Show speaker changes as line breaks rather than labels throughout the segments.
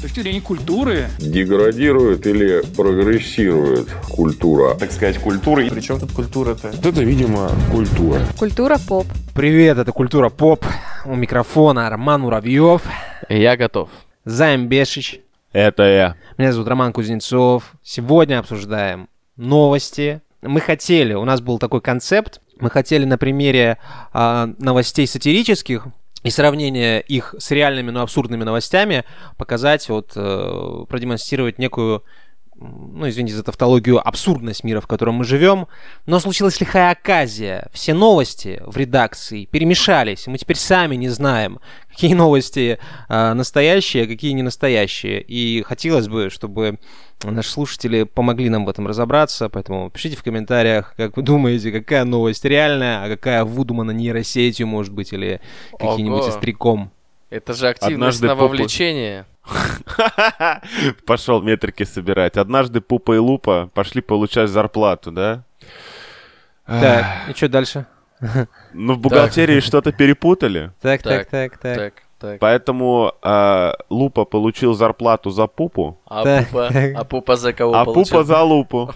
С точки зрения культуры.
Деградирует или прогрессирует культура?
Так сказать, культура.
Причем тут культура-то?
Вот это, видимо, культура.
Культура поп.
Привет, это Культура поп. У микрофона Роман Муравьев.
Я готов.
Займ Бешич.
Это я.
Меня зовут Роман Кузнецов. Сегодня обсуждаем новости. У нас был такой концепт. Мы хотели на примере новостей сатирических и сравнения их с реальными, но абсурдными новостями показать, продемонстрировать некую, извините за тавтологию, абсурдность мира, в котором мы живем. Но случилась лихая оказия. Все новости в редакции перемешались, и мы теперь сами не знаем, какие новости настоящие, а какие не настоящие. И хотелось бы, чтобы наши слушатели помогли нам в этом разобраться, поэтому пишите в комментариях, как вы думаете, какая новость реальная, а какая выдумана нейросетью, может быть, или каким-нибудь остряком.
Это же активность на вовлечение.
Пошел метрики собирать. Однажды Пупа и Лупа пошли получать зарплату, да?
Так, и что дальше?
Ну, в бухгалтерии что-то перепутали.
Так.
Поэтому Лупа получил зарплату за Пупу.
А Пупа за кого
получил? А
получил?
Пупа за Лупу.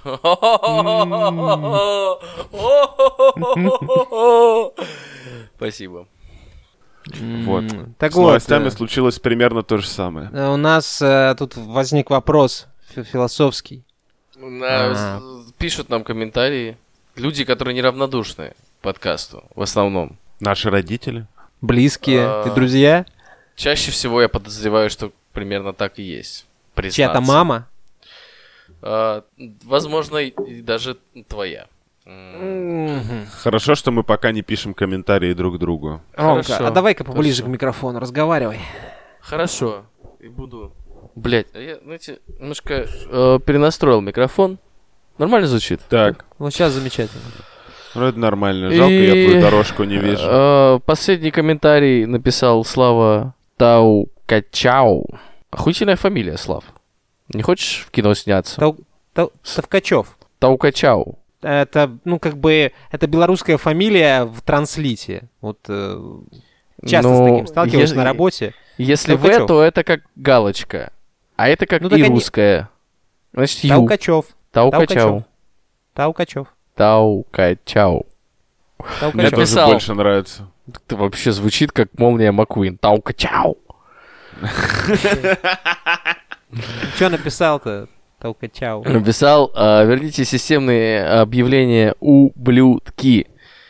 Спасибо.
Вот.
Так
с новостями случилось примерно то же самое.
У нас тут возник вопрос философский.
Пишут нам комментарии люди, которые неравнодушны к подкасту, в основном.
Наши родители.
Близкие и друзья.
Чаще всего я подозреваю, что примерно так и есть.
Чья-то мама?
Возможно, и даже твоя.
Хорошо, что мы пока не пишем комментарии друг другу.
Ромка, а давай-ка поближе к микрофону, разговаривай.
Хорошо. И буду... Блять, я, знаете, немножко перенастроил микрофон. Нормально звучит?
Так.
Вот сейчас замечательно.
Вроде нормально. Жалко, я твою дорожку не вижу.
Последний комментарий написал Слава Таукачау. Охуительная фамилия, Слав. Не хочешь в кино сняться?
Тавкачев.
Таукачау.
Это, это белорусская фамилия в транслите. Вот часто с таким сталкиваюсь на работе.
Если Тавкачев. То это как галочка. А это как и русская. Значит,
Таукачев.
Таукачау.
Таукачев.
Таукачау.
Мне тоже больше нравится.
Это вообще звучит как молния Маккуин. Таукачау.
Что написал-то? Таукачау.
Написал, верните системные объявления ублюдки.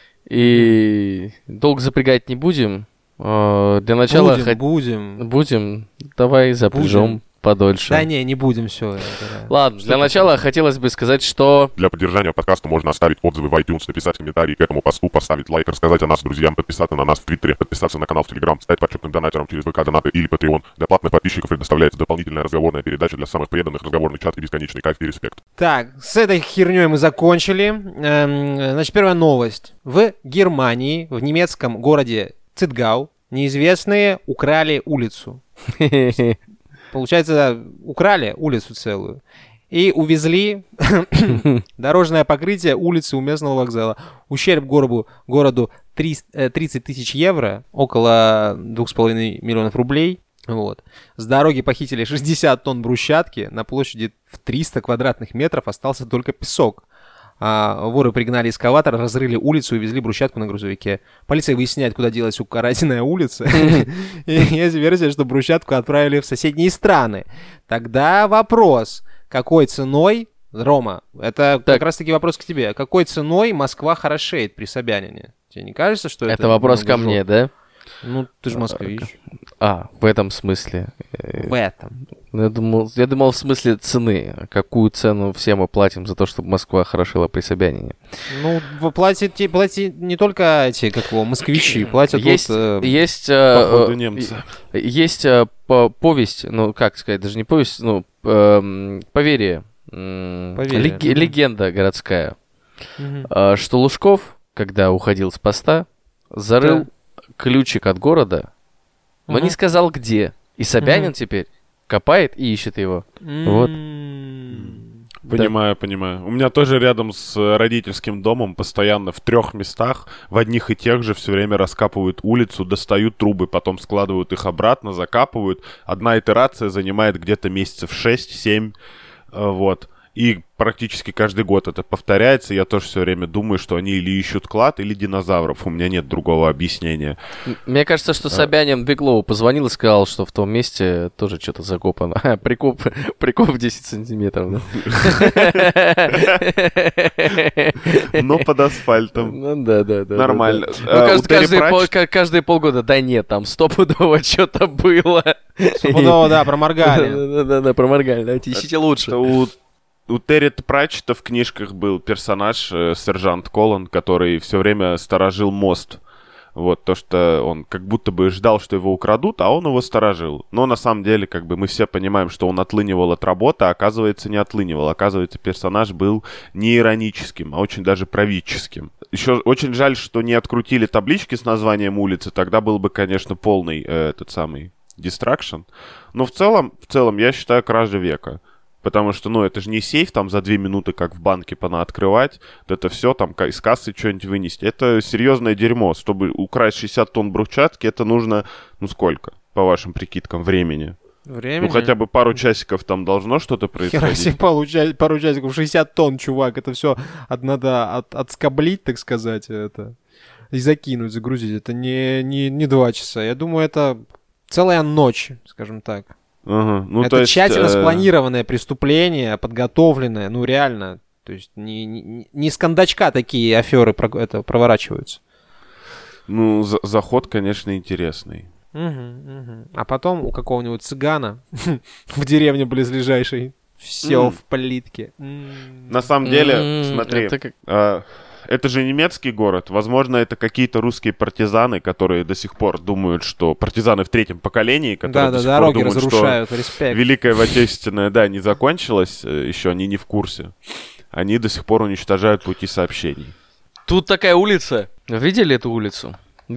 И долго запрягать не будем. Для начала... Будем. Давай запряжем подольше.
Да не будем, все.
Ладно, для начала хотелось бы сказать, что...
Для поддержания подкаста можно оставить отзывы в iTunes, написать комментарии к этому посту, поставить лайк, рассказать о нас друзьям, подписаться на нас в Твиттере, подписаться на канал в Телеграм, стать почетным донатером через ВК Донаты или Patreon. Для платных подписчиков предоставляется дополнительная разговорная передача для самых преданных, разговорный чат и бесконечный кайф и респект.
Так, с этой херней мы закончили. Значит, первая новость. В Германии, в немецком городе Цитгау, неизвестные украли улицу. Получается, украли улицу целую и увезли дорожное покрытие улицы у местного вокзала. Ущерб городу 30 тысяч евро, около 2,5 миллионов рублей. Вот. С дороги похитили 60 тонн брусчатки, на площади в 300 квадратных метров остался только песок. Воры пригнали эскаватор, разрыли улицу и везли брусчатку на грузовике. Полиция выясняет, куда делась украденная улица. И есть версия, что брусчатку отправили в соседние страны. Тогда вопрос, какой ценой, Рома, это как раз-таки вопрос к тебе, какой ценой Москва хорошеет при Собянине? Тебе не кажется, что это...
Это вопрос ко мне, да?
Ну, ты же москвич.
В этом смысле.
В этом.
Я думал в смысле цены. Какую цену все мы платим за то, чтобы Москва хорошела при Собянине?
Ну, платят не только эти, москвичи, платят
есть
походу немцы.
Есть повесть, как сказать, даже не повесть, поверье. Легенда городская. Что Лужков, когда уходил с поста, зарыл ключик от города, но не сказал где. И Собянин теперь копает и ищет его. Вот.
Понимаю. У меня тоже рядом с родительским домом постоянно в 3 местах в одних и тех же все время раскапывают улицу, достают трубы, потом складывают их обратно, закапывают. Одна итерация занимает где-то месяцев 6-7, вот. И практически каждый год это повторяется. Я тоже все время думаю, что они или ищут клад, или динозавров. У меня нет другого объяснения.
Мне кажется, что Собянин Беглову позвонил и сказал, что в том месте тоже что-то закопано. Прикоп 10 сантиметров, да?
Но под асфальтом.
Ну да.
Нормально.
Каждые полгода, да нет, там стопудово что-то было.
Стопудово, да, проморгали.
Да, проморгали, давайте ищите лучше.
У Терри Пратчета в книжках был персонаж, сержант Колон, который все время сторожил мост. Вот, то, что он как будто бы ждал, что его украдут, а он его сторожил. Но на самом деле, как бы мы все понимаем, что он отлынивал от работы, а оказывается, не отлынивал. Оказывается, персонаж был не ироническим, а очень даже правительским. Еще очень жаль, что не открутили таблички с названием улицы, тогда был бы, конечно, полный этот самый distraction. Но в целом, я считаю, кража века. Потому что, это же не сейф там за 2 минуты, как в банке, открывать. Это все там из кассы что-нибудь вынести. Это серьезное дерьмо. Чтобы украсть 60 тонн брусчатки, это нужно, сколько, по вашим прикидкам, времени? Хотя бы пару часиков там должно что-то происходить.
Хера пару часиков, 60 тонн, чувак. Это все надо отскоблить, так сказать, это и закинуть, загрузить. Это не 2 часа. Я думаю, это целая ночь, скажем так.
Ага.
Это тщательно спланированное преступление, подготовленное, реально. То есть не с кондачка такие аферы проворачиваются.
Заход, конечно, интересный.
А потом у какого-нибудь цыгана в деревне близлежащей все в плитке.
На самом деле, смотри... Это же немецкий город. Возможно, это какие-то русские партизаны, которые до сих пор думают, что... Партизаны в 3-м поколении, которые до сих пор думают, разрушают, что
респект.
Великая Отечественная, не закончилась еще, они не в курсе. Они до сих пор уничтожают пути сообщений.
Тут такая улица. Видели эту улицу?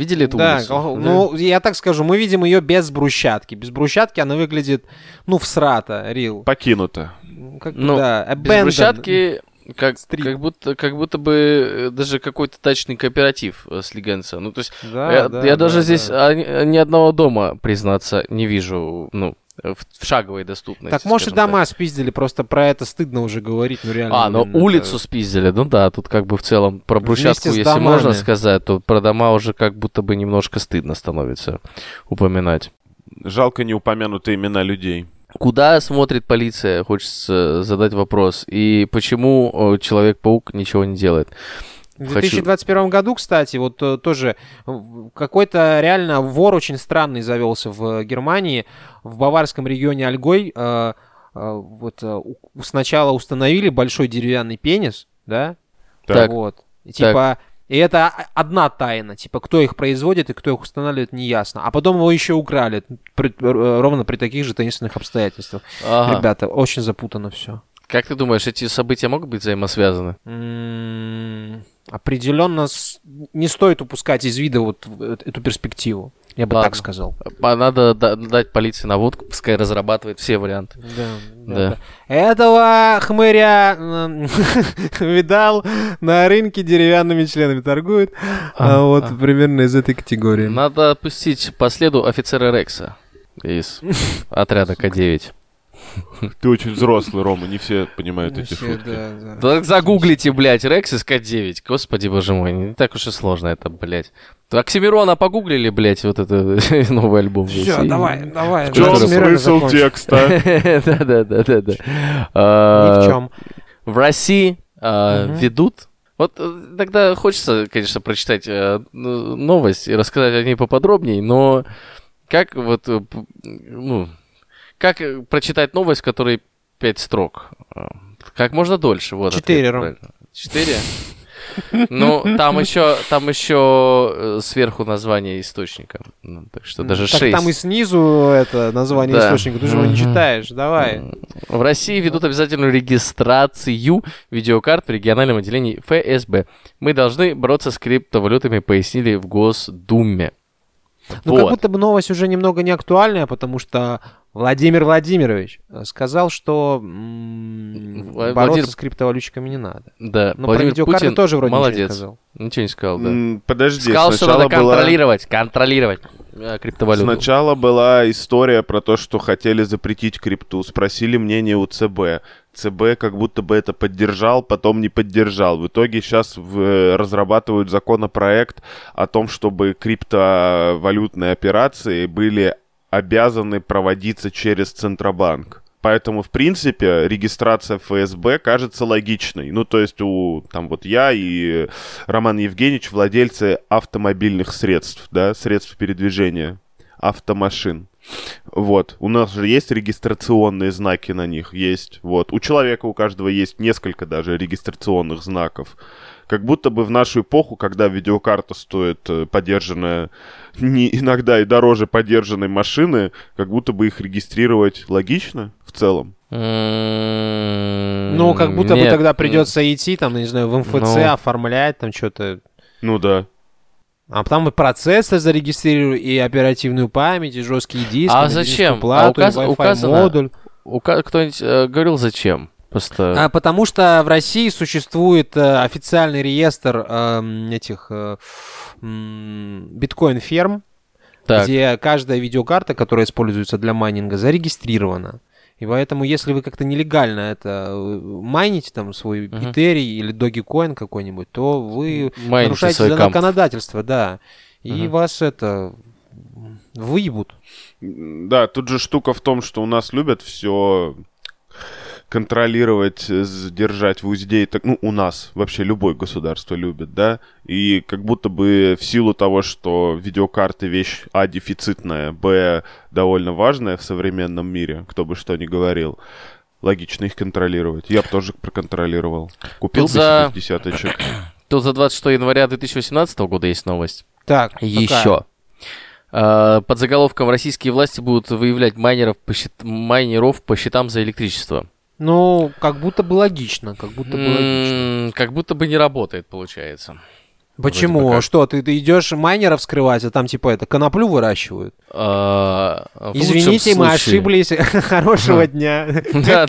Да, я так скажу, мы видим ее без брусчатки. Без брусчатки она выглядит, всрато, рил.
Покинута.
Без брусчатки... Как будто бы даже какой-то дачный кооператив слегенца. То есть я даже здесь ни одного дома, признаться, не вижу, в шаговой доступности.
Так, может, и дома спиздили, просто про это стыдно уже говорить, реально.
Улицу спиздили, тут как бы в целом про брусчатку, если
домами.
Можно сказать, то про дома уже как будто бы немножко стыдно становится упоминать.
Жалко не упомянутые имена людей.
Куда смотрит полиция, хочется задать вопрос. И почему Человек-паук ничего не делает?
В 2021 году, кстати, тоже какой-то реально вор очень странный завелся в Германии. В баварском регионе Альгой сначала установили большой деревянный пенис, да?
Так.
И это одна тайна, кто их производит и кто их устанавливает, неясно. А потом его еще украли, ровно при таких же таинственных обстоятельствах. Ага. Ребята, очень запутано все.
Как ты думаешь, эти события могут быть взаимосвязаны?
Определенно не стоит упускать из вида эту перспективу. Я бы так сказал.
Надо дать полиции наводку, пускай разрабатывает все варианты.
Да. Этого хмыря видал на рынке, деревянными членами торгует. Примерно из этой категории.
Надо пустить по следу офицера Рекса из отряда К-9.
Ты очень взрослый, Рома, не все понимают эти шутки.
Да загуглите, блядь, Рекс из К-9. Господи, боже мой, не так уж и сложно это, блядь. Оксимирона погуглили, блядь, это новый альбом.
Все, давай.
В чем смысл текста?
Да.
Ни в чем.
В России ведут... Тогда хочется, конечно, прочитать новость и рассказать о ней поподробнее, но как прочитать новость, в которой 5 строк? Как можно дольше.
4, Ром.
4? Там еще сверху название источника. Так что даже 6.
Там и снизу это название источника. Ты же его не читаешь. Давай.
В России ведут обязательную регистрацию видеокарт в региональном отделении ФСБ. Мы должны бороться с криптовалютами, пояснили в Госдуме.
Как будто бы новость уже немного не актуальная, потому что Владимир Владимирович сказал, что бороться с криптовалютчиками не надо.
Да,
но про видеокарты
Путин
тоже вроде
молодец.
ничего не сказал.
Ничего не сказал, да.
Подожди,
сказал, что надо контролировать криптовалюту.
Сначала была история про то, что хотели запретить крипту, спросили мнение у ЦБ. ЦБ как будто бы это поддержал, потом не поддержал. В итоге сейчас разрабатывают законопроект о том, чтобы криптовалютные операции были обязаны проводиться через Центробанк. Поэтому, в принципе, регистрация ФСБ кажется логичной. Ну, то есть я и Роман Евгеньевич владельцы автомобильных средств, да, средств передвижения, автомашин. Вот. У нас же есть регистрационные знаки на них, есть. Вот. У человека, у каждого есть несколько даже регистрационных знаков. Как будто бы в нашу эпоху, когда видеокарта стоит подержанная, иногда и дороже подержанной машины, как будто бы их регистрировать логично в целом.
Ну, как будто бы тогда придется идти, там, не знаю, в МФЦ оформлять, там, что-то.
Ну, да.
А там и процессор зарегистрируют, и оперативную память, и жесткие диски,
а зачем?
Плату, и Wi-Fi модуль.
Кто-нибудь говорил, зачем? Просто...
Потому что в России существует официальный реестр этих биткоин-ферм, где каждая видеокарта, которая используется для майнинга, зарегистрирована. И поэтому, если вы как-то нелегально это майните, там, свой Этерий или Dogecoin какой-нибудь, то вы нарушаете законодательство, да. И вас это выебут.
Да, тут же штука в том, что у нас любят все контролировать, держать в узде. Ну, у нас вообще любое государство любит, да? И как будто бы в силу того, что видеокарты вещь, дефицитная, довольно важная в современном мире, кто бы что ни говорил, логично их контролировать. Я бы тоже проконтролировал. Купил бы себе десяточек.
Тут за 26 января 2018 года есть новость.
Так,
еще. Под заголовком «Российские власти будут выявлять майнеров по счетам за электричество».
Ну, как будто бы логично,
Как будто бы не работает, получается.
Почему? Что, ты идешь майнеров скрывать, а там типа коноплю выращивают? Извините, мы ошиблись. Хорошего дня.
Да.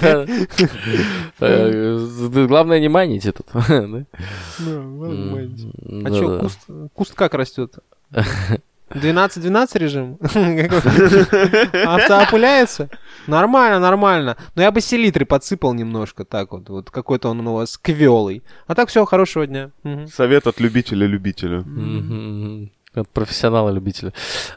Главное, не майните тут.
А что, куст как растет? 12-12 режим? Автоопыляется? Нормально. Но я бы селитры подсыпал немножко, так вот. Какой-то он у вас квелый. А так все, хорошего дня.
Совет от любителя.
От профессионала-любителя.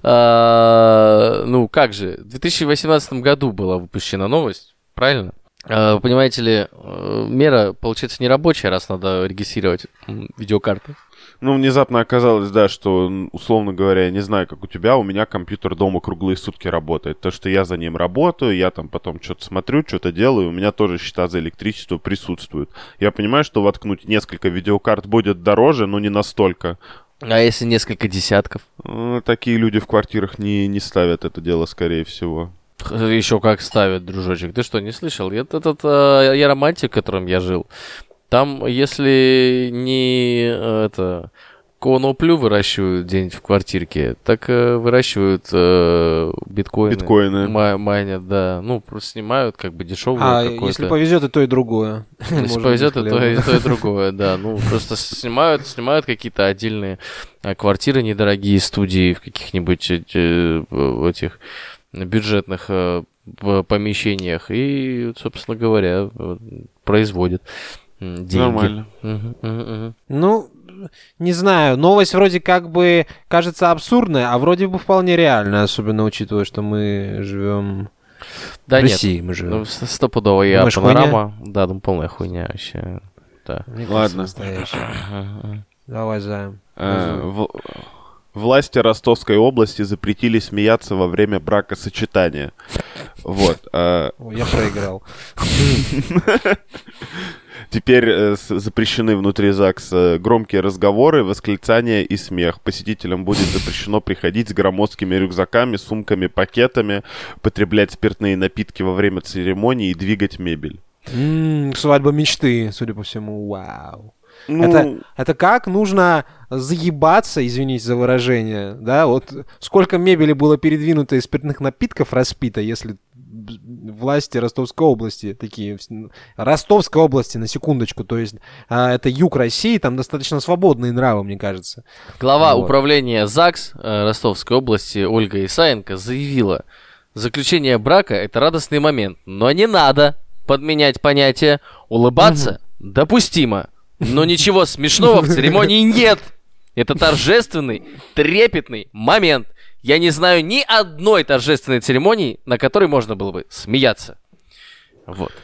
Ну, как же, в 2018 году была выпущена новость, правильно? Вы понимаете ли, мера, получается, нерабочая, раз надо регистрировать видеокарты.
Ну, внезапно оказалось, да, что, условно говоря, я не знаю, как у тебя, у меня компьютер дома круглые сутки работает. То, что я за ним работаю, я там потом что-то смотрю, что-то делаю, у меня тоже счета за электричество присутствуют. Я понимаю, что воткнуть несколько видеокарт будет дороже, но не настолько.
А если несколько десятков?
Такие люди в квартирах не ставят это дело, скорее всего.
Еще как ставят, дружочек. Ты что, не слышал? Я романтик, в котором я жил. Там, если не коноплю выращивают где-нибудь в квартирке, так выращивают биткоины. Майнят, да. Ну, просто снимают как бы дешевое какое-то.
Если повезет, и то, и другое.
Если повезет, и то, и другое, да. Ну, просто снимают какие-то отдельные квартиры недорогие, студии в каких-нибудь этих бюджетных помещениях и, собственно говоря, производят деньги.
Нормально.
Ну, не знаю, новость вроде как бы кажется абсурдной, а вроде бы вполне реальная, особенно учитывая, что мы живем в России. Мы живем.
Ну, стопудово я панорама. Да, ну полная хуйня вообще. Да.
Ладно.
Давай займ.
Власти Ростовской области запретили смеяться во время бракосочетания. Вот.
Я проиграл.
Теперь запрещены внутри ЗАГСа громкие разговоры, восклицания и смех. Посетителям будет запрещено приходить с громоздкими рюкзаками, сумками, пакетами, потреблять спиртные напитки во время церемонии и двигать мебель.
Свадьба мечты, судя по всему. Вау. Это как нужно заебаться, извините за выражение, да, вот сколько мебели было передвинуто из спиртных напитков распито, если власти Ростовской области такие. Ростовской области, на секундочку. То есть это юг России, там достаточно свободные нравы, мне кажется.
Глава управления ЗАГС Ростовской области Ольга Исаенко заявила: заключение брака — это радостный момент, но не надо подменять понятие. Улыбаться допустимо, но ничего смешного в церемонии нет. Это торжественный, трепетный момент. Я не знаю ни одной торжественной церемонии, на которой можно было бы смеяться. Вот.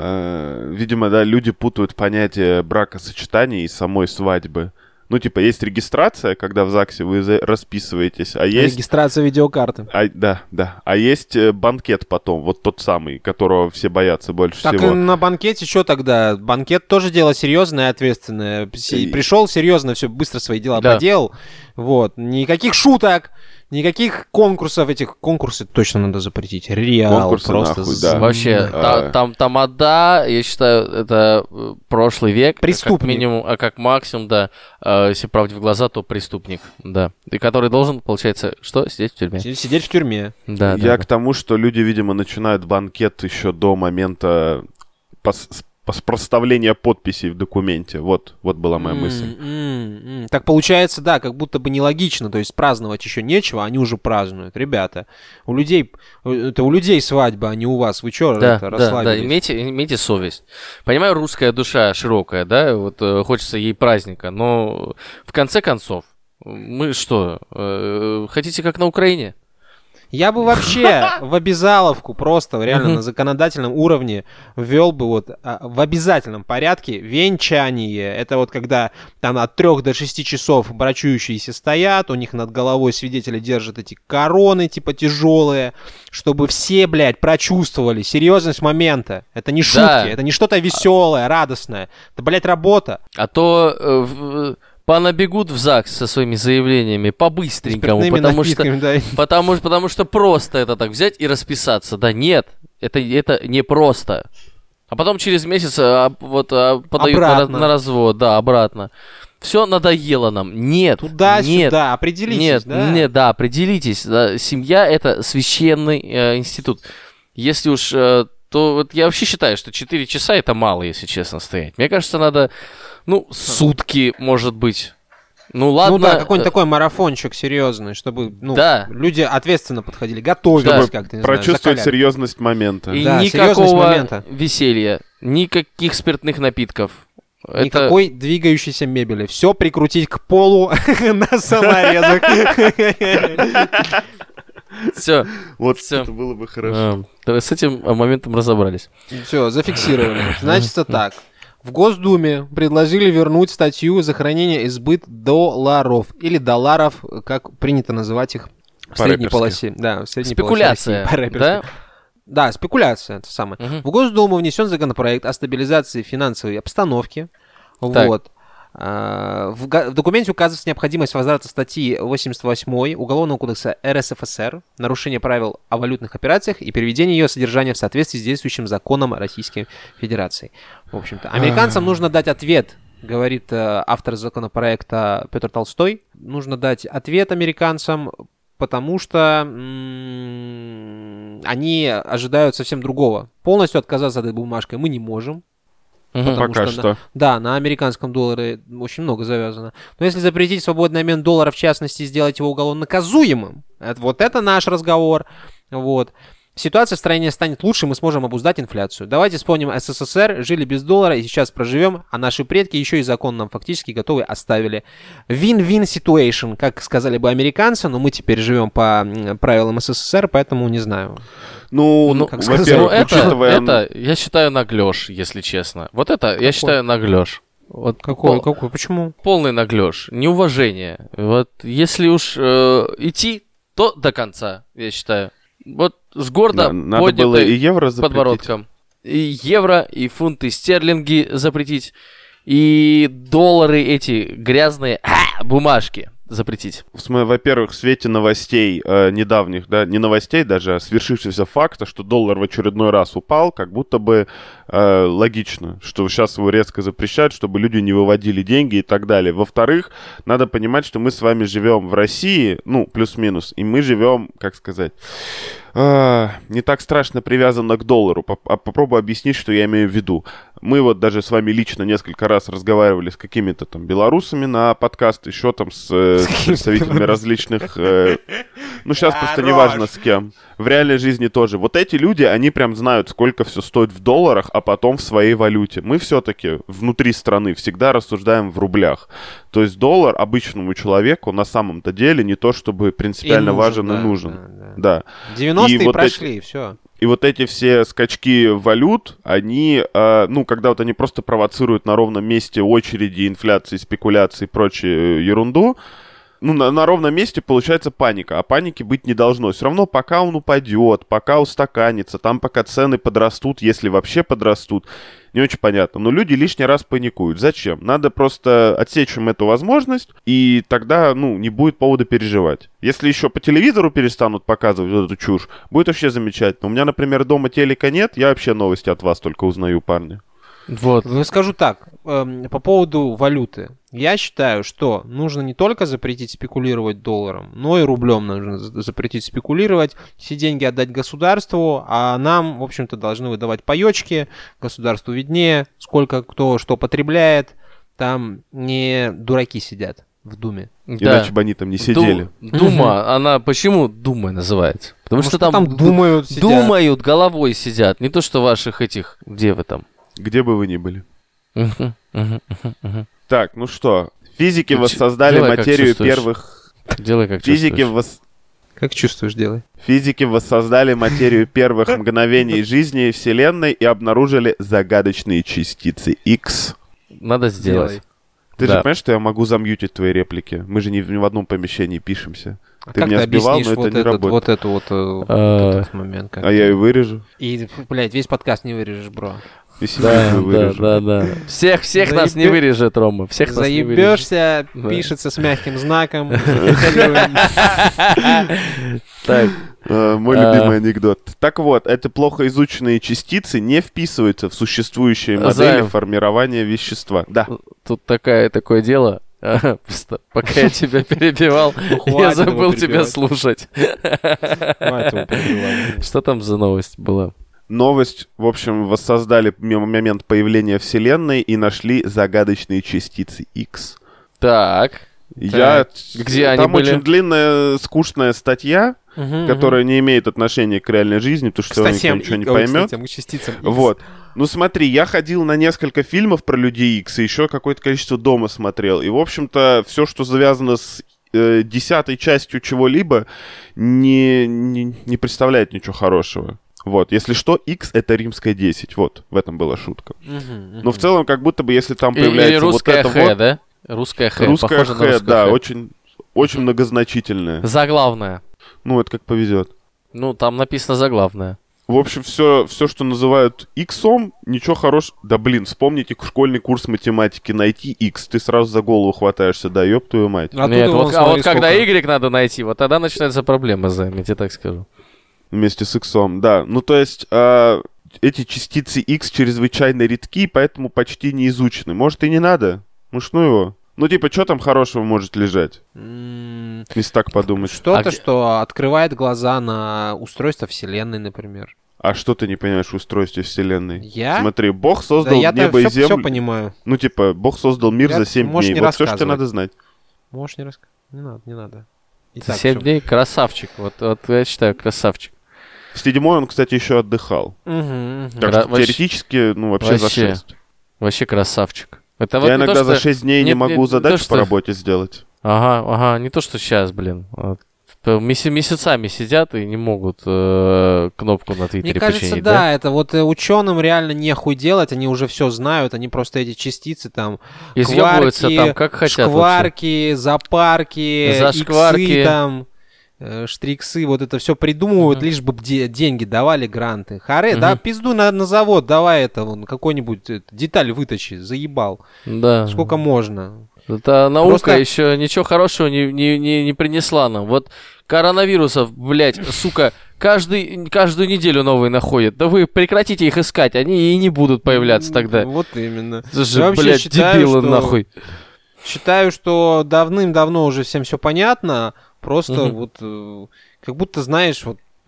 Видимо, да, люди путают понятие бракосочетания и самой свадьбы. Ну, типа, есть регистрация, когда в ЗАГСе вы расписываетесь, а есть...
Регистрация видеокарты.
Да. А есть банкет потом, вот тот самый, которого все боятся больше всего.
Так и на банкете что тогда? Банкет тоже дело серьезное и ответственное. Пришел серьезно, все быстро свои дела поделал. Вот. Никаких шуток, никаких конкурсов этих. Конкурсы точно надо запретить. Реал.
Конкурсы
просто
нахуй, да.
Вообще, тамада, я считаю, это прошлый век.
Преступник.
Как минимум, а как максимум, да. Если правде в глаза, то преступник, да. И который должен, получается, что? Сидеть в тюрьме.
Сидеть в тюрьме.
Да,
Я к тому, что люди, видимо, начинают банкет еще до момента проставления подписей в документе. Вот была моя мысль.
Так получается, да, как будто бы нелогично. То есть праздновать еще нечего, они уже празднуют. Ребята, у людей свадьба, а не у вас. Вы что, расслабились?
Да, имейте совесть. Понимаю, русская душа широкая, да, вот хочется ей праздника, но в конце концов, мы что, хотите как на Украине?
Я бы вообще в обязаловку просто реально на законодательном уровне ввел бы вот в обязательном порядке венчание. Это вот когда там от 3 до 6 часов брачующиеся стоят, у них над головой свидетели держат эти короны типа тяжелые, чтобы все, блядь, прочувствовали серьезность момента. Это не шутки, это не что-то веселое, радостное. Это, блядь, работа.
А то... понабегут в ЗАГС со своими заявлениями по-быстренькому, потому что просто это так взять и расписаться. Да нет, это не просто. А потом через месяц подают на развод, да, обратно. Все надоело нам. Нет,
туда-сюда, определитесь.
Определитесь. Да. Семья — это священный институт. Если уж... то вот я вообще считаю, что 4 часа это мало, если честно, стоять. Мне кажется, надо, сутки, может быть. Ладно.
Какой-нибудь такой марафончик серьезный, чтобы люди ответственно подходили, готовились как-то, не
прочувствовать серьезность момента.
И никакого веселья, никаких спиртных напитков.
Никакой двигающейся мебели. Все прикрутить к полу на саморезах.
Все.
Вот это было бы хорошо.
С этим моментом разобрались.
Все, зафиксировали. Значит, так. В Госдуме предложили вернуть статью за хранение и сбыт долларов. Или долларов, как принято называть их в средней полосе. Да, в средней
спекуляция,
полосе. Да? Да, спекуляция, это самое. В Госдуму внесен законопроект о стабилизации финансовой обстановки.
Так.
Вот. В документе указывается необходимость возврата статьи 88 Уголовного кодекса РСФСР, нарушение правил о валютных операциях и переведение ее содержания в соответствии с действующим законом Российской Федерации. В общем-то, американцам нужно дать ответ, говорит автор законопроекта Петр Толстой. Нужно дать ответ американцам, потому что они ожидают совсем другого. Полностью отказаться от этой бумажкой мы не можем.
Пока что.
Да, на американском долларе очень много завязано. Но если запретить свободный обмен доллара, в частности, сделать его уголовно наказуемым, вот это наш разговор. Вот. Ситуация в стране станет лучше, мы сможем обуздать инфляцию. Давайте вспомним СССР, жили без доллара и сейчас проживем, а наши предки еще и закон нам фактически готовы оставили. Win-win situation, как сказали бы американцы, но мы теперь живем по правилам СССР, поэтому не знаю.
Во-первых, это, я считаю, наглёж, если честно. Вот это, я считаю, наглёж. Вот
какой? Почему?
Полный наглёж, неуважение. Вот если уж идти, то до конца, я считаю. Вот с гордо поднятой подбородком. И евро, и фунты стерлинги запретить, и доллары эти грязные бумажки запретить.
Во-первых, в свете новостей недавних, да, не новостей даже, а свершившегося факта, что доллар в очередной раз упал, как будто бы логично, что сейчас его резко запрещают, чтобы люди не выводили деньги и так далее. Во-вторых, надо понимать, что мы с вами живем в России, плюс-минус, и мы живем, как сказать, не так страшно привязана к доллару. Попробую объяснить, что я имею в виду. Мы вот даже с вами лично несколько раз разговаривали с какими-то там белорусами на подкаст, еще там с представителями различных... сейчас просто неважно с кем. В реальной жизни тоже. Вот эти люди, они прям знают, сколько все стоит в долларах, а потом в своей валюте. Мы все-таки внутри страны всегда рассуждаем в рублях. То есть доллар обычному человеку на самом-то деле не то, чтобы принципиально важен и нужен. Да.
90-е вот прошли, все.
И вот эти все скачки валют, они, когда вот они просто провоцируют на ровном месте очереди, инфляции, спекуляции и прочую ерунду, на ровном месте получается паника, а паники быть не должно. Все равно пока он упадет, пока устаканится, там пока цены подрастут, если вообще подрастут, не очень понятно. Но люди лишний раз паникуют. Зачем? Надо просто отсечь им эту возможность, и тогда, не будет повода переживать. Если еще по телевизору перестанут показывать вот эту чушь, будет вообще замечательно. У меня, например, дома телека нет, я вообще новости от вас только узнаю, парни.
Вот. Скажу так, по поводу валюты. Я считаю, что нужно не только запретить спекулировать долларом, но и рублем нужно запретить спекулировать, все деньги отдать государству, а нам, в общем-то, должны выдавать паёчки, государству виднее, сколько кто что потребляет, там не дураки сидят в Думе.
Иначе бы они там не сидели.
Дума, она почему Думой называется? Потому что там
думают, сидят.
Думают, головой сидят, не то что ваших этих, где вы там?
Где бы вы ни были. Так, ну что, физики воссоздали материю первых...
Делай как
чувствуешь.
Как чувствуешь, делай.
Физики воссоздали материю первых мгновений жизни Вселенной и обнаружили загадочные частицы X.
Надо сделать.
Ты же понимаешь, что я могу замьютить твои реплики? Мы же не в одном помещении пишемся. Ты меня сбивал, но это не работает.
Вот этот момент.
А я и вырежу.
И, весь подкаст не вырежешь, бро.
Да. Всех нас не вырежет, Рома. Всех нас не вырежет.
Заебешься, пишется с мягким знаком.
Так.
Мой любимый анекдот. Так вот, эти плохо изученные частицы не вписываются в существующие модели формирования вещества. Да.
Тут такое дело. Пока я тебя перебивал, я забыл тебя слушать. Что там за новость была?
Новость, в общем, воссоздали момент появления Вселенной и нашли загадочные частицы X.
Так. Где они
там
были?
Очень длинная, скучная статья, которая не имеет отношения к реальной жизни, потому что никто ничего не поймет. Вот. Ну смотри, я ходил на несколько фильмов про Людей Икс и еще какое-то количество дома смотрел. И, в общем-то, все, что завязано с 10-й частью чего-либо, не представляет ничего хорошего. Вот, если что, X — это римская 10. Вот, в этом была шутка. Но в целом, как будто бы, если там появляется
или русская
вот это
Х,
вот...
да? Русская Х,
русская
похоже на русскую
да,
Х.
очень многозначительная.
Заглавная.
Ну, это как повезет.
Ну, там написано заглавная.
В общем, все, что называют Иксом, ничего хорошего... Да, вспомните школьный курс математики. Найти X, ты сразу за голову хватаешься, да, ёб твою мать.
Нет, вот когда Y надо найти, вот тогда начинается проблема, я тебе так скажу.
Вместе с Иксом, да. Ну, то есть, эти частицы X чрезвычайно редки, поэтому почти не изучены. Может, и не надо? Ну его. Ну, типа, что там хорошего может лежать? Если так подумать.
Что-то, что открывает глаза на устройство Вселенной, например.
А что ты не понимаешь в устройстве Вселенной?
Я?
Смотри, Бог создал небо и землю.
Все понимаю.
Ну, типа, Бог создал мир за 7 дней. Вот все, что тебе надо знать.
Можешь не рассказывать. Не надо.
За 7 дней красавчик. Вот я считаю, красавчик.
В 7-й он, кстати, еще отдыхал. Так что теоретически, вообще за 6.
Вообще красавчик. Это
я иногда за 6 дней не могу задачу по работе сделать.
Ага, не то, что сейчас, месяцами сидят и не могут кнопку на Твиттере починить.
Мне кажется, да, это вот ученым реально нехуй делать, они уже все знают, они просто эти частицы там,
изъебываются там, как хотят.
Шкварки, запарки, иксы там, штриксы, вот это все придумывают, лишь бы деньги давали, гранты. Харе, да, пизду на завод, давай какой-нибудь деталь вытащи, заебал.
Да.
Сколько можно.
Это наука еще ничего хорошего не принесла нам. Вот коронавирусов, блядь, сука, каждую неделю новые находят. Да вы прекратите их искать, они и не будут появляться тогда.
Вот именно.
Это же, блядь, дебилы нахуй.
Считаю, что давным-давно уже всем все понятно. Просто вот как будто, знаешь, вот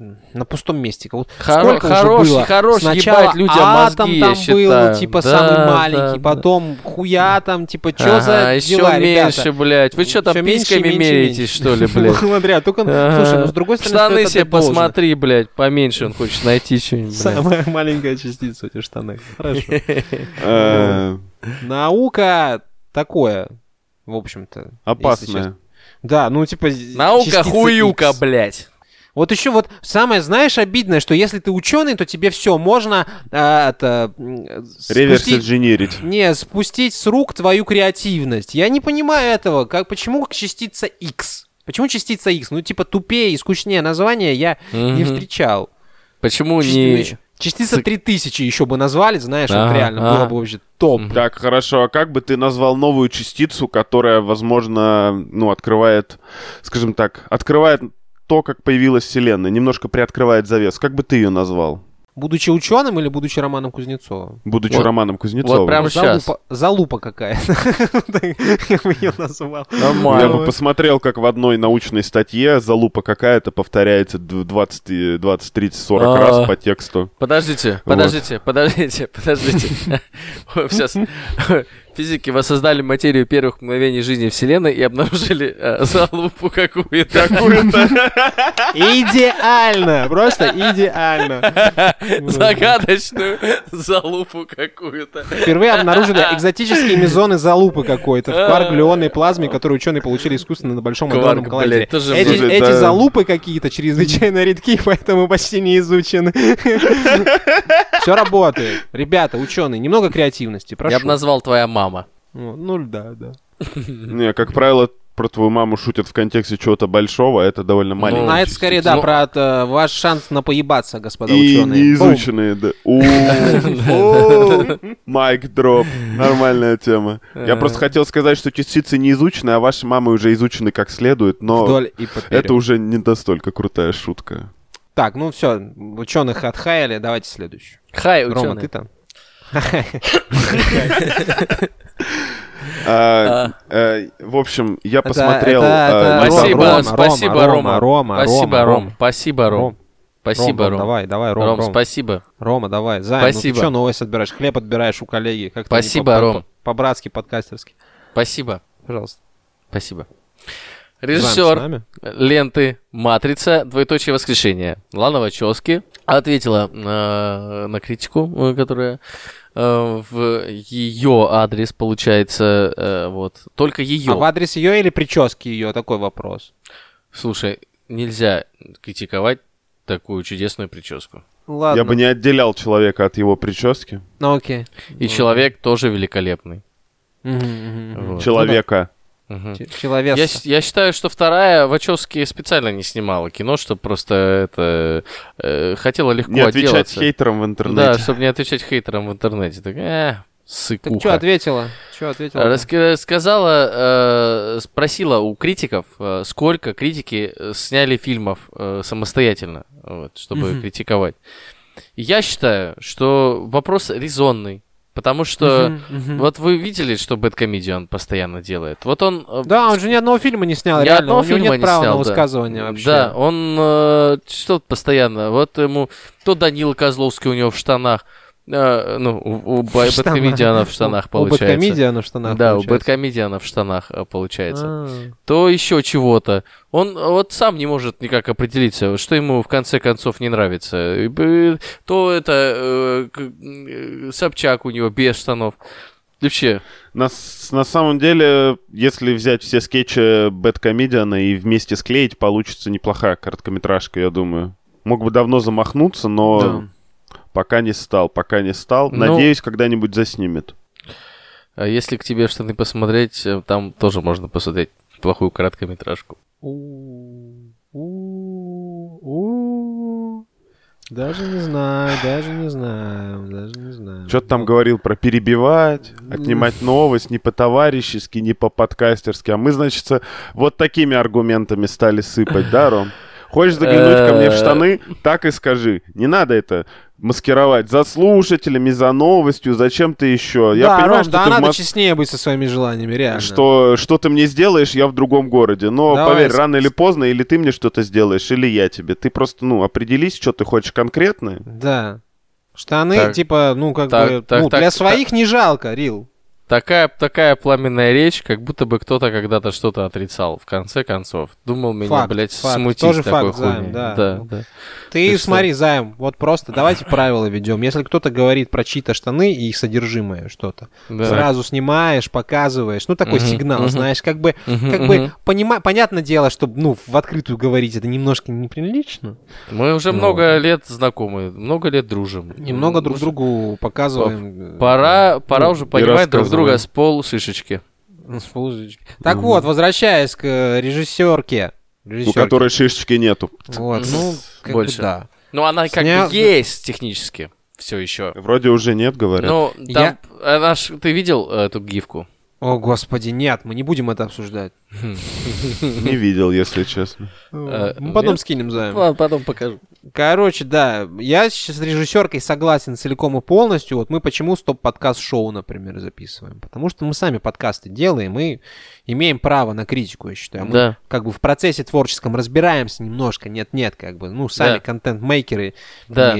на пустом месте.
Хорош ебать людям
атом
мозги,
там
я
был,
считаю.
типа,
Да,
самый маленький,
да.
потом хуя там, типа, чё за
еще
дела,
меньше,
ребята?
блядь. Вы что там
Всё меньше,
письками
меньше,
меряетесь,
меньше.
что ли, блядь?
Смотря, только, слушай, ну с другой стороны,
Штаны
стоит
себе
отдать должное.
посмотри, блядь, поменьше он хочет найти что-нибудь. блядь.
Самая маленькая частица у тебя в штанах. Хорошо.
Э,
Наука такое, в общем-то. если честно.
Опасная.
Да, ну типа...
Наука
частица
хуюка,
X.
блядь.
Вот еще вот самое, знаешь, обидное, что если ты ученый, то тебе все можно
Реверс
спустить,
инженерить.
не, спустить с рук твою креативность. Я не понимаю этого. Почему частица X? Почему частица X? Ну, типа, тупее и скучнее название я не встречал.
Почему не...
Частица 3000 еще бы назвали, знаешь, вот
Ага,
реально
ага.
было бы вообще топ.
Так, хорошо. А как бы ты назвал новую частицу, которая, возможно, ну, открывает, скажем так, открывает то, как появилась Вселенная, немножко приоткрывает завес. Как бы ты ее назвал?
Будучи ученым или будучи Романом Кузнецовым?
Будучи
Вот-
Романом Кузнецовым.
вот прям щас.
Залупа какая-то. Я бы ее назвал.
Я
Нормально.
бы посмотрел, как в одной научной статье залупа какая-то повторяется 20, 30, 40 раз по тексту.
Подождите. Сейчас. Физики воссоздали материю первых мгновений жизни Вселенной и обнаружили залупу какую-то.
Идеально! Просто идеально.
Загадочную залупу какую-то.
Впервые обнаружили экзотические мезоны залупы какой-то в кварк-глюонной плазме, которую ученые получили искусственно на Большом адронном
Кварк,
коллайдере.
блядь, тоже
Эти
Слушай,
эти
да.
залупы какие-то чрезвычайно редки, поэтому почти не изучены. Все работает. Ребята, ученые, немного креативности, прошу.
Я бы назвал твоя мама.
Ну да.
Не, как правило, про твою маму шутят в контексте чего-то большого, а это довольно маленькое.
Ну, а это скорее, да,
Ну,
про ваш шанс на поебаться, господа
И
ученые.
неизученные, да. Майк дроп. Нормальная тема. Я просто хотел сказать, что частицы не изучены, а ваши мамы уже изучены как следует, но
Вдоль и поперёк.
это уже не настолько крутая шутка.
Так, ну все, ученых отхаяли, давайте следующую.
Хай,
Рома,
ученый.
ты там?
В общем, я посмотрел...
это
Спасибо,
Рома,
спасибо, Рома.
Рома,
Спасибо,
Рома,
Ром. Спасибо, Ром. Спасибо,
Ром.
Ром.
Давай,
Ром,
Ром.
спасибо.
Рома, давай. Займ,
Спасибо.
ну ты что новость отбираешь? Хлеб отбираешь у коллеги. Как-то не
Спасибо, Ром.
По-братски, подкастерски.
Спасибо.
Пожалуйста.
Спасибо.
Займ с
Режиссер
нами?
ленты «Матрица. Двоеточие воскрешения» Лана Вачовски ответила на критику, которая в ее адрес, получается, вот. Только ее.
А в адрес ее или прически ее? Такой вопрос.
Слушай, нельзя критиковать такую чудесную прическу.
Ладно.
Я бы не отделял человека от его прически.
Ну окей.
И человек тоже великолепный.
Мгм.
Вот.
Человека.
Мгм.
Человек.
Я считаю, что вторая Вачовски специально не снимала кино, чтобы просто это хотела легко
Не отвечать
отделаться.
хейтерам в
Да,
интернете.
чтобы не отвечать хейтерам в интернете. Так, сыкуха.
Так что ответила?
Сказала, спросила у критиков, сколько критики сняли фильмов самостоятельно, вот, чтобы критиковать. И я считаю, что вопрос резонный. Потому что вот вы видели, что Бэдкомедиан постоянно делает. Вот он...
Да, он же ни одного фильма не снял,
Ни
реально.
одного
У него
фильма
нет
не
права
снял,
на
да.
высказывание вообще.
Да, он что-то постоянно. Вот ему то Данила Козловский у него в штанах. У Бэдкомедиана в штанах получается.
У Бэдкомедиана в штанах
Да, у
получается.
Бэдкомедиана в штанах получается.
А.
То еще чего-то. Он вот сам не может никак определиться, что ему в конце концов не нравится. То это Собчак у него без штанов. Вообще.
На самом деле, если взять все скетчи Бэдкомедиана и вместе склеить, получится неплохая короткометражка, я думаю. Мог бы давно замахнуться, но пока не стал. Надеюсь, когда-нибудь заснимет.
А если к тебе штаны посмотреть, там тоже можно посмотреть плохую короткометражку.
Даже не знаю.
Что-то там говорил про перебивать, отнимать новость, не по-товарищески, не по-подкастерски. А мы, значит, вот такими аргументами стали сыпать, да, Ром? Хочешь заглянуть ко мне в штаны, так и скажи. Не надо это маскировать за слушателями, за новостью, зачем ты еще. Я понимаю,
Ром,
что
да,
ты
надо честнее быть со своими желаниями, реально.
что ты мне сделаешь, я в другом городе. Но,
Давай,
поверь, рано или поздно, или ты мне что-то сделаешь, или я тебе. Ты просто, определись, что ты хочешь конкретное.
Да. Штаны,
Так,
типа, для своих не жалко, Рил.
Такая пламенная речь, как будто бы кто-то когда-то что-то отрицал, в конце концов. Думал меня, блядь, смутить
тоже
такой
факт, Займ,
хуйней.
да.
Да.
Ты смотри, Займ, вот просто давайте правила ведем. Если кто-то говорит про чьи-то штаны и их содержимое что-то, сразу снимаешь, показываешь, такой сигнал, знаешь, как бы понятное дело, что, в открытую говорить это немножко неприлично.
Мы уже много лет знакомы, много лет дружим.
Немного друг другу показываем.
Пора уже понимать друг друга с полшишечки.
Так вот, возвращаясь к режиссерке.
У которой шишечки нету.
Вот,
больше.
Да.
Ну, она как бы есть технически все еще.
Вроде уже нет, говорят.
Ну, там, ты видел эту гифку?
О, господи, нет, мы не будем это обсуждать.
Не видел, если честно.
Мы потом скинем, Займ.
Ладно, потом покажу.
Короче, да, я с режиссеркой согласен целиком и полностью. Вот мы почему стоп-подкаст-шоу, например, записываем? Потому что мы сами подкасты делаем и имеем право на критику, я считаю. Мы как бы в процессе творческом разбираемся немножко, нет-нет, как бы, сами контент-мейкеры.
Да.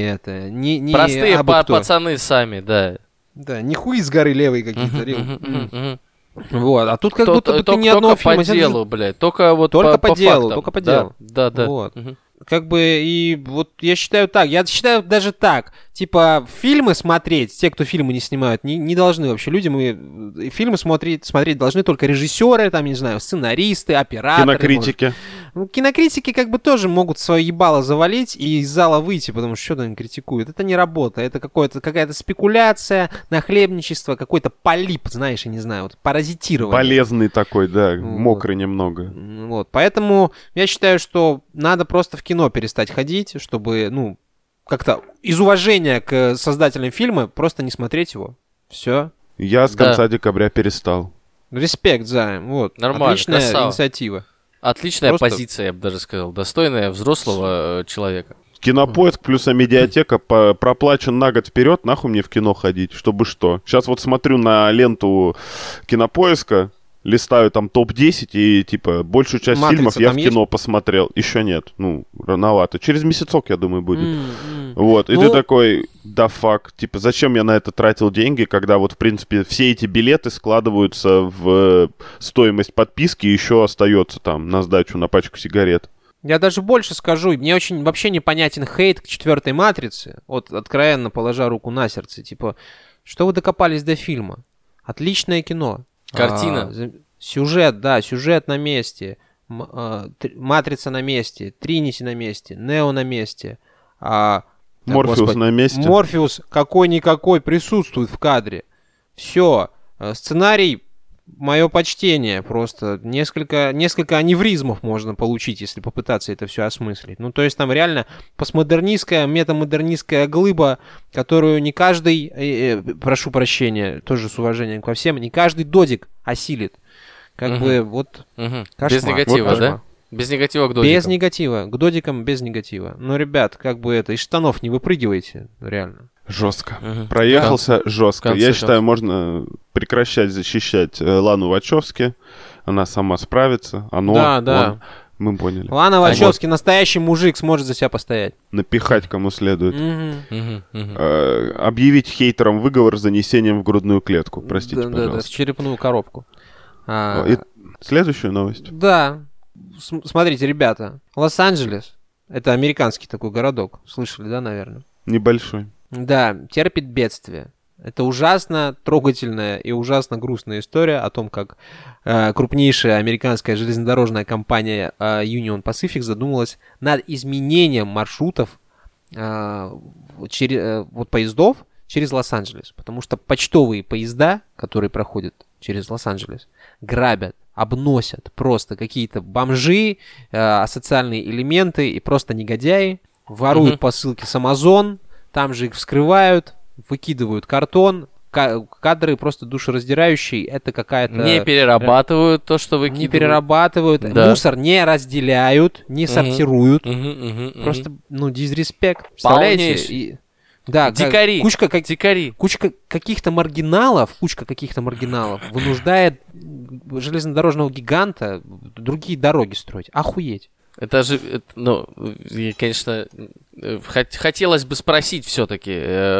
Не
простые пацаны сами, да.
Да, не хуи с горы левые какие-то. Вот, а тут как будто бы ты ни одного фильма...
Только по делу, блядь, только вот
только
по
делу,
фактам.
только по делу.
Да.
Вот. Как бы, и вот я считаю так, даже так, типа, фильмы смотреть, те, кто фильмы не снимают, не должны вообще, фильмы смотреть должны только режиссеры, там, не знаю, сценаристы, операторы.
Кинокритики.
Кинокритики как бы тоже могут свое ебало завалить и из зала выйти, потому что что-то они критикуют. Это не работа, это какая-то спекуляция, нахлебничество, какой-то полип, знаешь, я не знаю, вот паразитирование.
Полезный такой, да, мокрый немного.
Вот, поэтому я считаю, что надо просто в кино перестать ходить, чтобы, как-то из уважения к создателям фильма просто не смотреть его. Все.
Я с конца декабря перестал.
Респект, Займ. Вот.
Нормально,
отличная
красава.
Инициатива.
Отличная позиция, я бы даже сказал. Достойная взрослого человека.
Кинопоиск плюс Амедиатека проплачен на год вперед. Нахуй мне в кино ходить? Чтобы что? Сейчас вот смотрю на ленту Кинопоиска, листаю там топ-10 и, типа, большую часть фильмов я в кино посмотрел. Еще нет. Рановато. Через месяцок, я думаю, будет. Вот. И ты такой, да фак. Типа, зачем я на это тратил деньги, когда вот, в принципе, все эти билеты складываются в стоимость подписки и еще остается там на сдачу на пачку сигарет.
Я даже больше скажу, мне очень вообще непонятен хейт к четвертой матрице. Вот, откровенно положа руку на сердце. Типа, что вы докопались до фильма? Отличное кино.
Картина.
Сюжет на месте. Матрица на месте. Тринити на месте. Нео на месте.
Морфеус на месте.
Морфеус какой-никакой присутствует в кадре. Все. Сценарий, мое почтение. Просто несколько аневризмов можно получить, если попытаться это все осмыслить. То есть там реально постмодернистская, метамодернистская глыба, которую не каждый, прошу прощения, тоже с уважением ко всем, не каждый додик осилит. Как бы вот кошмар.
Без негатива, вот, да? Без негатива к додикам.
Без негатива. К додикам без негатива. Ребят, как бы из штанов не выпрыгивайте, реально.
Жестко. Проехался жестко. Я считаю, можно прекращать защищать Лану Вачовски. Она сама справится.
Да.
Мы поняли.
Лана Вачовски, настоящий мужик, сможет за себя постоять.
Напихать кому следует. Объявить хейтерам выговор с занесением в грудную клетку. Простите, пожалуйста.
Да, в черепную коробку.
И следующую новость.
Да. Смотрите, ребята. Лос-Анджелес. Это американский такой городок. Слышали, да, наверное?
Небольшой.
Да, терпит бедствие. Это ужасно трогательная и ужасно грустная история о том, как крупнейшая американская железнодорожная компания Union Pacific задумалась над изменением маршрутов поездов через Лос-Анджелес. Потому что почтовые поезда, которые проходят через Лос-Анджелес, грабят, обносят просто какие-то бомжи, асоциальные элементы и просто негодяи, воруют посылки с Amazon, там же их вскрывают, выкидывают картон, кадры просто душераздирающие. Это какая-то...
Не перерабатывают то, что выкидывают.
Не перерабатывают. Да. Мусор не разделяют, не сортируют. Просто, дизреспект. Представляете? Да,
дикари.
Кучка каких-то маргиналов вынуждает железнодорожного гиганта другие дороги строить. Охуеть.
Это же, конечно, хотелось бы спросить все-таки.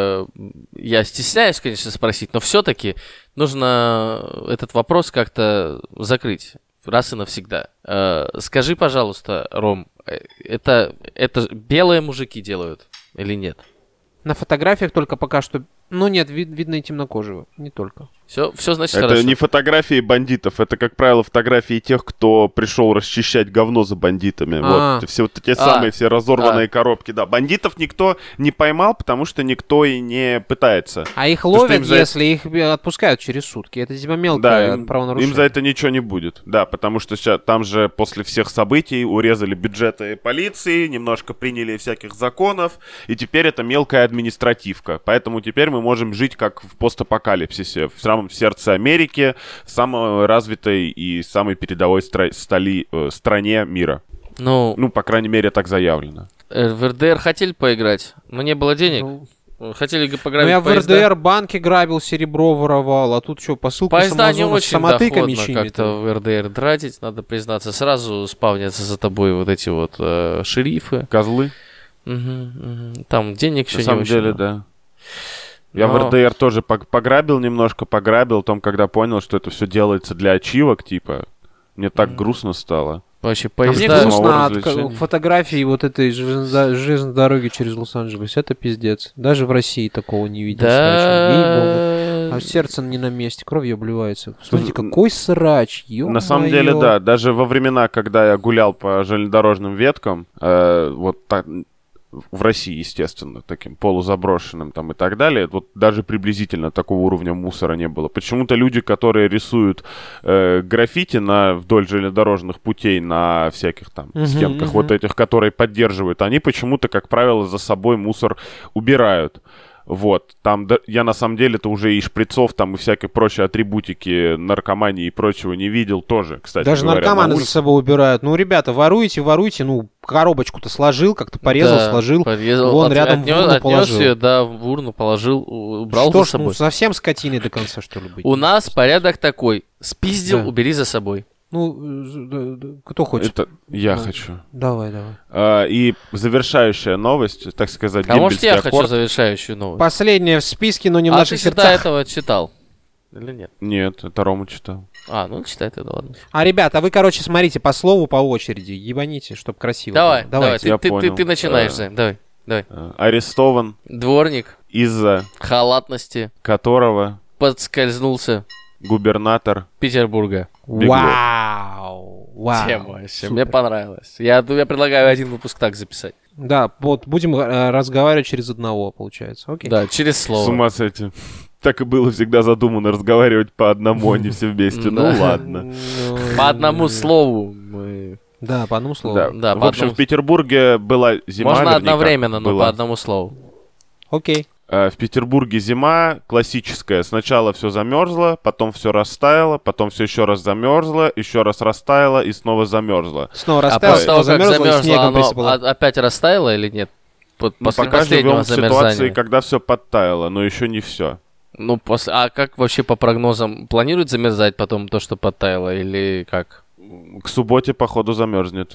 Я стесняюсь, конечно, спросить, но все-таки нужно этот вопрос как-то закрыть раз и навсегда. Скажи, пожалуйста, Ром, это белые мужики делают или нет?
На фотографиях только пока что... нет, видно и темнокожего. Не только.
Все значит
это
хорошо.
Это не фотографии бандитов, это, как правило, фотографии тех, кто пришел расчищать говно за бандитами. Вот, все вот те самые все разорванные коробки. Да, бандитов никто не поймал, потому что никто и не пытается.
А их ловят, если их отпускают через сутки. Это типа мелкое правонарушение.
Им за это ничего не будет. Да, потому что сейчас там же после всех событий урезали бюджеты полиции, немножко приняли всяких законов, и теперь это мелкая административка. Поэтому теперь мы можем жить как в постапокалипсисе, в самом сердце Америки, в самой развитой и самой передовой стране мира. По крайней мере, так заявлено.
В РДР хотели поиграть, но не было денег. Хотели пограбить
я
поезда.
в РДР банки грабил, серебро воровал, а тут что, посылку
поезда не очень
самотыками
доходно как-то в РДР тратить, надо признаться. Сразу спавнятся за тобой вот эти вот шерифы.
Козлы.
Там денег еще не очень.
На самом деле, да. Я в РДР тоже пограбил, потом, когда понял, что это все делается для ачивок, типа, мне так грустно стало.
Вообще,
поезда... Мне грустно от фотографии вот этой железной дороги через Лос-Анджелес. Это пиздец. Даже в России такого не видел. А сердце не на месте, кровью обливается. Смотрите, какой срач, ё-моё.
На самом деле, да. Даже во времена, когда я гулял по железнодорожным веткам, вот так... В России, естественно, таким полузаброшенным там и так далее. Вот даже приблизительно такого уровня мусора не было. Почему-то люди, которые рисуют граффити вдоль железнодорожных путей на всяких там стенках, вот этих, которые поддерживают, они почему-то, как правило, за собой мусор убирают. Вот, там я на самом деле-то уже и шприцов там и всякой прочей атрибутики наркомании и прочего не видел тоже, кстати
даже
говоря,
наркоманы за собой убирают. Ребята, воруйте, коробочку-то сложил, как-то порезал, сложил, вон рядом в урну положил.
Ее, в урну положил, убрал за собой.
Совсем скотиной до конца, что ли, быть?
У нас порядок такой, спиздил, убери за собой.
Кто хочет?
Это я хочу.
Давай.
И завершающая новость, так сказать,
может, я хочу завершающую новость?
Последняя в списке, но не в наших сердцах.
А ты до этого читал? Или нет?
Нет, это Рома читал.
Читай тогда, ладно.
Ребята, вы, смотрите, по слову, по очереди, ебаните, чтоб красиво
было.
Давай.
Ты начинаешь, Зай, давай.
Арестован.
Дворник.
Из-за
халатности.
Которого
подскользнулся
губернатор
Петербурга.
Вау.
Тема вообще. Мне понравилось. Я предлагаю один выпуск так записать.
Да, вот будем разговаривать через одного, получается. Окей.
Да, через слово.
С ума сойти. Так и было всегда задумано разговаривать по одному, а не все вместе. Ну ладно.
По одному слову.
Да, по одному слову.
Да, в общем, в Петербурге была зима.
Можно одновременно, но по одному слову.
Окей.
В Петербурге зима классическая. Сначала все замерзло, потом все растаяло, потом все еще раз замерзло, еще раз растаяло и снова замерзло.
Снова растаяло,
после того, как замерзло, оно опять растаяло или нет? После
пока живем в ситуации, когда все подтаяло, но еще не все.
А как вообще по прогнозам планируют замерзать потом то, что подтаяло, или как?
К субботе, походу, замерзнет.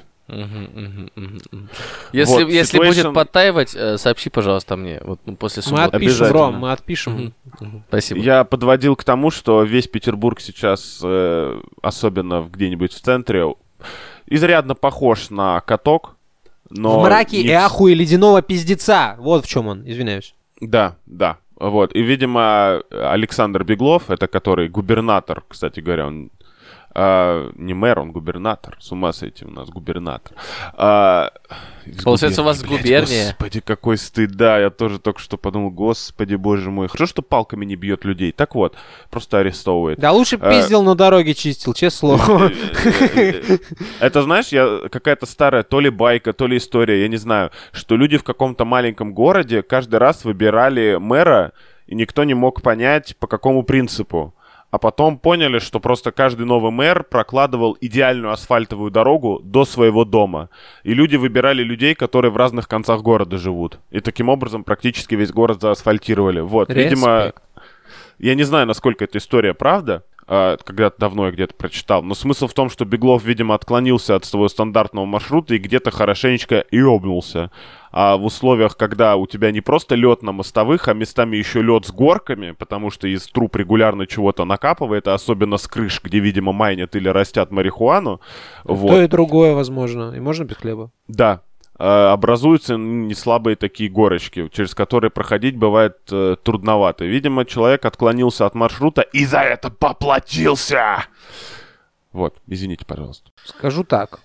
Если будет подтаивать, сообщи, пожалуйста, мне. После субботы.
Мы отпишем, Ром, мы отпишем.
Спасибо.
Я подводил к тому, что весь Петербург сейчас, особенно где-нибудь в центре, изрядно похож на каток. Но
в мраке и ахуе ледяного пиздеца. Вот в чем он, извиняюсь.
Да. Вот. И, видимо, Александр Беглов, это который губернатор, кстати говоря, он не мэр, он губернатор. С ума сойти, у нас губернатор.
Получается, у вас губерния.
Господи, какой стыд. Да, я тоже только что подумал, господи, боже мой. Хорошо, что палками не бьет людей. Так вот, просто арестовывает.
Да лучше пиздил, но дороги чистил, честное слово.
Это, знаешь, какая-то старая то ли байка, то ли история, я не знаю, что люди в каком-то маленьком городе каждый раз выбирали мэра и никто не мог понять, по какому принципу. А потом поняли, что просто каждый новый мэр прокладывал идеальную асфальтовую дорогу до своего дома. И люди выбирали людей, которые в разных концах города живут. И таким образом практически весь город заасфальтировали. Вот, видимо, я не знаю, насколько эта история правда. Когда-то давно я где-то прочитал. Но смысл в том, что Беглов, видимо, отклонился от своего стандартного маршрута и где-то хорошенечко ёбнулся. А в условиях, когда у тебя не просто лед на мостовых, а местами еще лед с горками, потому что из труб регулярно чего-то накапывает, а особенно с крыш, где, видимо, майнят или растят марихуану. Вот.
То и другое возможно. И можно без хлеба.
Да. Образуются неслабые такие горочки, через которые проходить бывает трудновато. Видимо, человек отклонился от маршрута и за это поплатился. Вот, извините, пожалуйста.
Скажу так.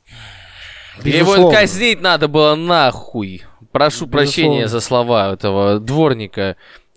Его казнить надо было нахуй. Прошу прощения за слова этого дворника,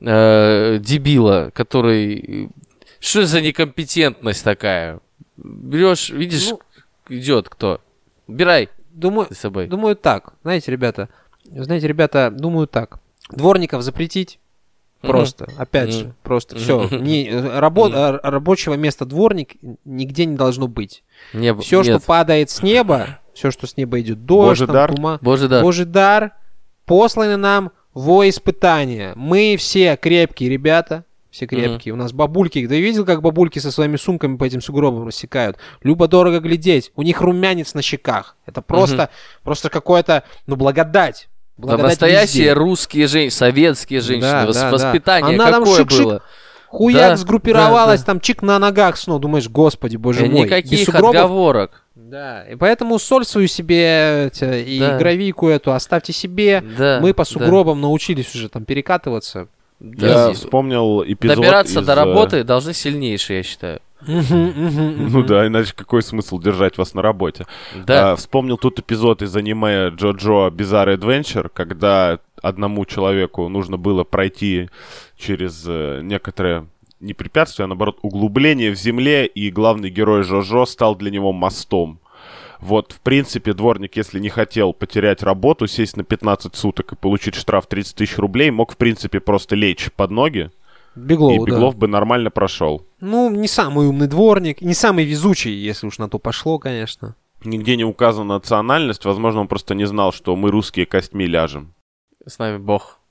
дебила, который... Что за некомпетентность такая? Берешь, видишь, идет кто. Убирай.
Думаю так. Знаете, ребята, думаю так. Дворников запретить просто. Опять же, просто все. Рабочего места дворник нигде не должно быть. Все, что падает с неба, все, что с неба идет, дождь, тума, Божий дар, посланы нам во испытание. Мы все крепкие ребята. Все крепкие. У нас бабульки. Ты видел, как бабульки со своими сумками по этим сугробам рассекают? Любо-дорого глядеть. У них румянец на щеках. Это просто какое-то, благодать.
Да, настоящие русские женщины, советские женщины. Воспитание
она
какое было?
Хуяк сгруппировалась, там чик на ногах снова. Думаешь, господи, боже мой.
Никаких отговорок.
Да, и поэтому соль свою себе и гравийку эту оставьте себе. Мы по сугробам научились уже там перекатываться.
Я вспомнил эпизод
Добираться до работы должны сильнейшие, я считаю.
Ну да, иначе какой смысл держать вас на работе? Да. Вспомнил тут эпизод из аниме JoJo Bizarre Adventure, когда одному человеку нужно было пройти через некоторые не препятствия, а наоборот углубление в земле, и главный герой Жожо стал для него мостом. Вот, в принципе, дворник, если не хотел потерять работу, сесть на 15 суток и получить штраф 30 тысяч рублей, мог, в принципе, просто лечь под ноги, и Беглов бы нормально прошел.
Ну, не самый умный дворник, не самый везучий, если уж на то пошло, конечно.
Нигде не указана национальность, возможно, он просто не знал, что мы русские костьми ляжем.
С нами Бог.